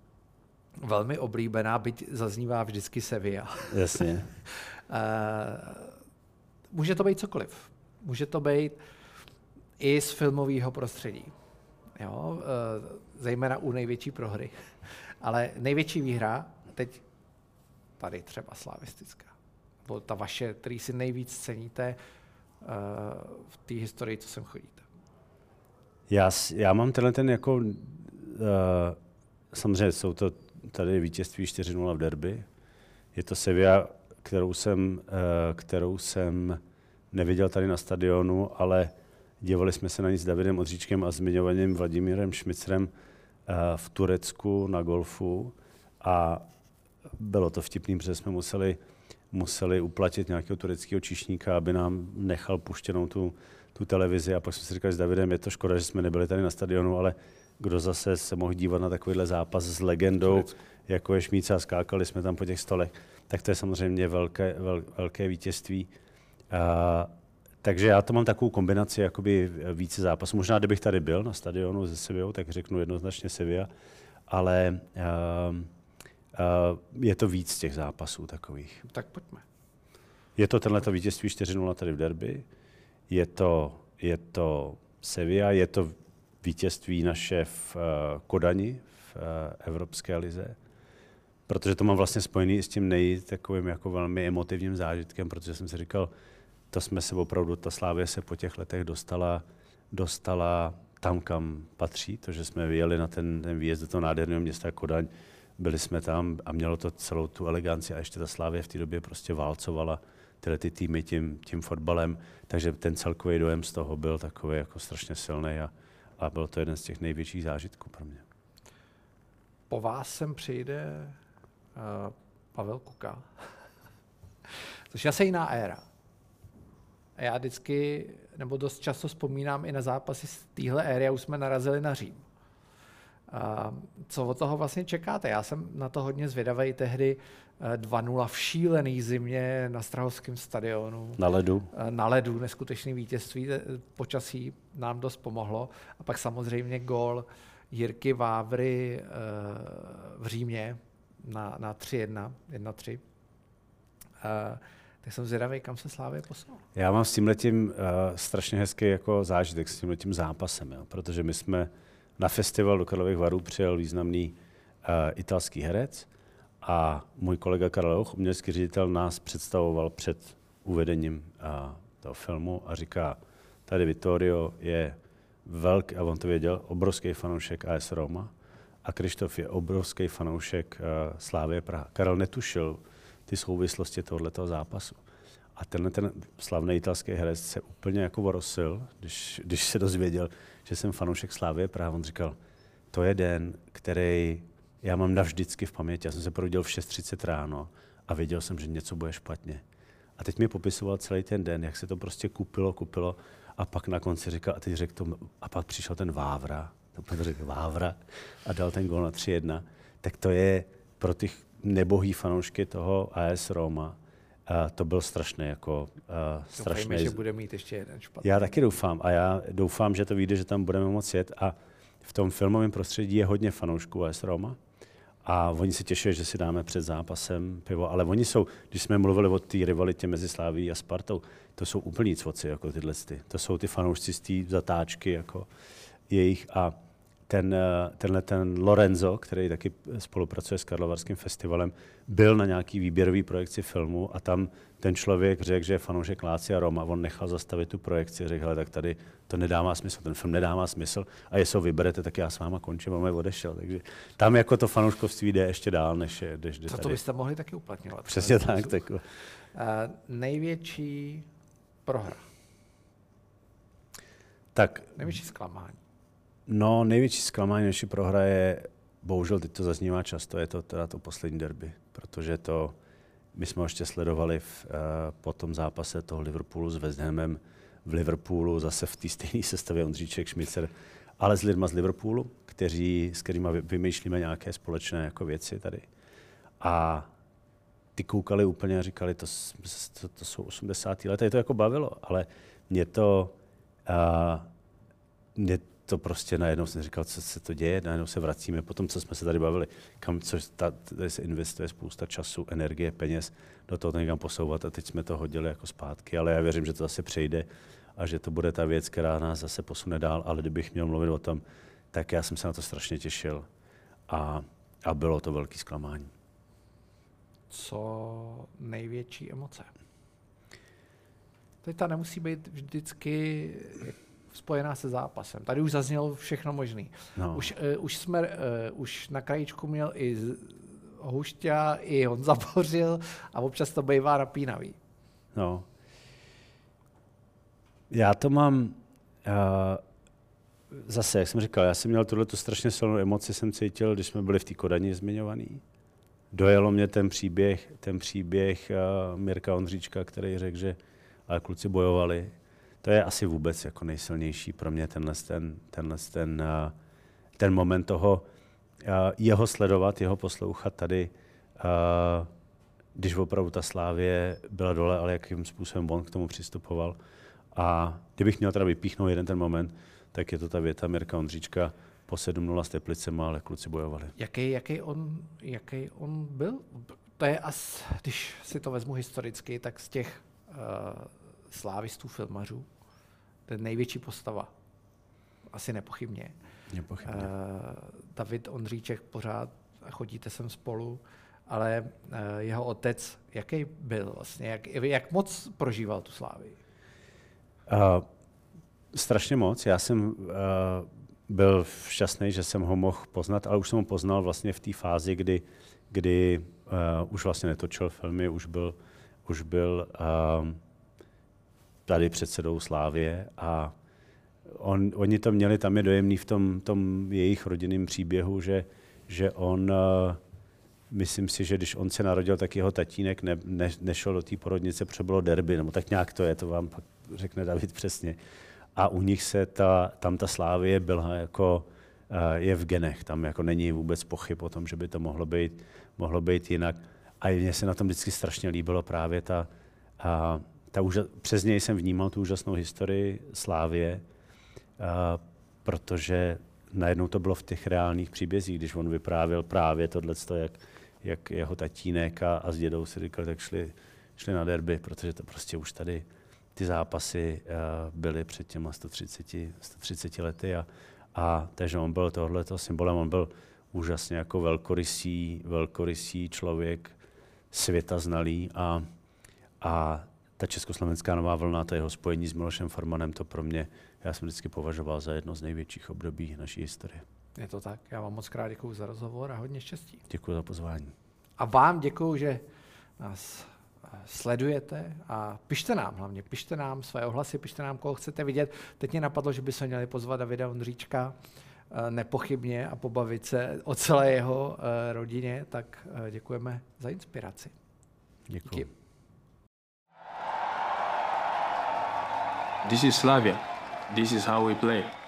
velmi oblíbená, byť zaznívá vždycky Sevilla. Jasně. Může to být cokoliv. Může to být i z filmového prostředí. Jo? Zejména u největší prohry. Ale největší výhra, teď tady třeba slavistická, nebo ta vaše, který si nejvíc ceníte uh, v té historii, co sem chodíte. Já, já mám tenhle ten jako, uh, samozřejmě jsou to tady vítězství čtyři nula v derby. Je to Sevilla, kterou jsem, uh, kterou jsem neviděl tady na stadionu, ale dívali jsme se na ní s Davidem Odříčkem a zmiňovaným Vladimírem Šmicrem uh, v Turecku na golfu a bylo to vtipný, protože jsme museli, museli uplatit nějakého tureckého číšníka, aby nám nechal puštěnou tu, tu televizi a pak jsme si říkali s Davidem, je to škoda, že jsme nebyli tady na stadionu, ale kdo zase se mohl dívat na takovýhle zápas s legendou, Turecku, jako je Šmíca, skákali jsme tam po těch stolech, tak to je samozřejmě velké, vel, velké vítězství. A, takže já to mám takovou kombinaci jakoby více zápasů. Možná, kdybych tady byl na stadionu se Sevillou, tak řeknu jednoznačně Sevilla, ale uh, uh, je to víc těch zápasů takových. Tak pojďme. Je to tenhleto vítězství čtyři nula tady v derby, je to, je to Sevilla, je to vítězství naše v uh, Kodani, v uh, Evropské lize, protože to mám vlastně spojený s tím nej takovým jako velmi emotivním zážitkem, protože jsem si říkal, to jsme se opravdu, ta Slavia se po těch letech dostala, dostala tam, kam patří, to, že jsme vyjeli na ten, ten výjezd do toho nádherného města Kodaň, byli jsme tam a mělo to celou tu eleganci a ještě ta Slavia v té době prostě válcovala tyhle ty týmy tím, tím fotbalem, takže ten celkový dojem z toho byl takový jako strašně silný a, a byl to jeden z těch největších zážitků pro mě. Po vás sem přijde uh, Pavel Kuka, což je asi jiná éra. A já vždycky, nebo dost často vzpomínám i na zápasy z téhle éry a už jsme narazili na Řím. A co od toho vlastně čekáte? Já jsem na to hodně zvědavý tehdy dva nula v šílený zimě na Strahovském stadionu. Na ledu. Na ledu, neskutečný vítězství, počasí nám dost pomohlo. A pak samozřejmě gól Jirky Vávry v Římě na, na tři jedna, jedna tři. Tak jsem zvědavý, kam se Slavia posunul. Já mám s tímhletím uh, strašně hezký jako zážitek s tímhletím zápasem, jo? Protože my jsme na festival do Karlových Varů přijel významný uh, italský herec a můj kolega Karel Louch, umělecký ředitel, nás představoval před uvedením uh, toho filmu a říká, tady Vittorio je velký, a on to věděl, obrovský fanoušek A S Roma a Krištof je obrovský fanoušek uh, Slavie Praha. Karel netušil ty souvislosti tohoto zápasu. A tenhle ten slavný italský herec se úplně jako orosil, když, když se dozvěděl, že jsem fanoušek Slavie Praha. On říkal, to je den, který já mám navždycky v paměti. Já jsem se probudil v šest třicet ráno a věděl jsem, že něco bude špatně. A teď mi popisoval celý ten den, jak se to prostě kupilo, kupilo a pak na konci říkal, a teď řekl to, a pak přišel ten Vávra, to řekl Vávra a dal ten gól na tři jedna. Tak to je pro ty nebohý fanoušky toho A S Roma, a to byl strašný jako uh, strašný. Doufejme, že bude mít ještě jeden špatný. Já taky doufám a já doufám, že to vyjde, že tam budeme moct jet a v tom filmovém prostředí je hodně fanoušků A S Roma a oni se těší, že si dáme před zápasem pivo, ale oni jsou, když jsme mluvili o té rivalitě mezi Slavií a Spartou, to jsou úplní cvoci, jako tyhle ty. To jsou ty fanoušci z té zatáčky, jako jejich a ten, tenhle ten Lorenzo, který taky spolupracuje s Karlovarským festivalem, byl na nějaký výběrový projekci filmu a tam ten člověk řekl, že je fanoušek Lácia Roma, on nechal zastavit tu projekci, řekl, hele, tak tady to nedává smysl, ten film nedává smysl a jestli ho vyberete, tak já s váma končím a on odešel. Takže tam jako to fanouškovství jde ještě dál, než je než jde Co to byste mohli taky uplatňovat? Přesně tak. tak. Uh, největší prohra? Tak. Největší zklamání? No, největší zklamání naší prohra je, bohužel teď to zaznívá často, je to teda to poslední derby, protože to, my jsme ho ještě sledovali v, uh, po tom zápase toho Liverpoolu s West Hamem v Liverpoolu, zase v té stejné sestavě Ondříček, Šmicer, ale s lidma z Liverpoolu, kteří, s kterými vymýšlíme nějaké společné jako věci tady. A ty koukali úplně a říkali, to, to, to jsou osmdesátá leta, je to jako bavilo, ale mě to, uh, mě to prostě najednou jsem říkal, co se to děje, najednou se vracíme po tom, co jsme se tady bavili, kam, což tady se investuje spousta času, energie, peněz, do toho to někam posouvat a teď jsme to hodili jako zpátky, ale já věřím, že to zase přejde a že to bude ta věc, která nás zase posune dál, ale kdybych měl mluvit o tom, tak já jsem se na to strašně těšil a, a bylo to velký zklamání. Co největší emoce? Teď ta nemusí být vždycky spojená se zápasem. Tady už zaznělo všechno možné. No. Už, uh, už jsme uh, už na krajíčku měl i Hušťa, i Honza Bořil a občas to bývá napínavý. No. Já to mám uh, zase, jak jsem říkal, já jsem měl tuhletu strašně silnou emoci, jsem cítil, když jsme byli v té Kodani zmiňovaný. Dojelo mě ten příběh, ten příběh uh, Mirka Ondříčka, který řekl, že ale kluci bojovali. To je asi vůbec jako nejsilnější pro mě tenhle ten, tenhle ten, uh, ten moment toho, uh, jeho sledovat, jeho poslouchat tady, uh, když opravdu ta Slávie byla dole, ale jakým způsobem on k tomu přistupoval. A kdybych měl teda vypíchnout jeden ten moment, tak je to ta věta Mirka Ondříčka, po sedm nula s Teplicema, ale kluci bojovali. Jaký, jaký, on, jaký on byl? To je as, když si to vezmu historicky, tak z těch uh, slávistů, filmařů, ten největší postava. asi nepochybně. Nepochybně. Uh, David Ondříček pořád, chodíte sem spolu, ale uh, jeho otec, jaký byl vlastně, jak, jak moc prožíval tu Slávii? Uh, strašně moc. Já jsem uh, byl šťastný, že jsem ho mohl poznat, ale už jsem ho poznal vlastně v té fázi, kdy, kdy uh, už vlastně netočil filmy, už byl, už byl uh, tady předsedou Slávie a on, oni to měli, tam je dojemný v tom, tom jejich rodinném příběhu, že, že on, uh, myslím si, že když on se narodil, tak jeho tatínek ne, ne, nešel do té porodnice, protože bylo derby, nebo tak nějak to je, to vám pak řekne David přesně. A u nich se ta, tam ta Slávie byla jako, uh, je v genech, tam jako není vůbec pochyb o tom, že by to mohlo být, mohlo být jinak. A mně se na tom vždycky strašně líbilo právě ta, uh, ta úžas, přes něj jsem vnímal tu úžasnou historii Slávie, uh, protože najednou to bylo v těch reálných příbězích, když on vyprávěl právě tohleto, jak, jak jeho tatínek a, a s dědou si říkal, tak šli, šli na derby, protože to prostě už tady ty zápasy uh, byly před těma sto třiceti lety a, a takže on byl tohleto symbolem, on byl úžasně jako velkorysý, velkorysý člověk, světa znalý a, a ta československá nová vlna, ta jeho spojení s Milošem Formanem, to pro mě, já jsem vždycky považoval za jedno z největších období naší historie. Je to tak. Já vám moc krát děkuju za rozhovor a hodně štěstí. Děkuji za pozvání. A vám děkuju, že nás sledujete a pište nám hlavně, pište nám své ohlasy, pište nám, koho chcete vidět. Teď mě napadlo, že by se měli pozvat Davida Ondříčka nepochybně a pobavit se o celé jeho rodině, tak děkujeme za inspiraci. Děkuji. Díky. This is Slavia. This is how we play.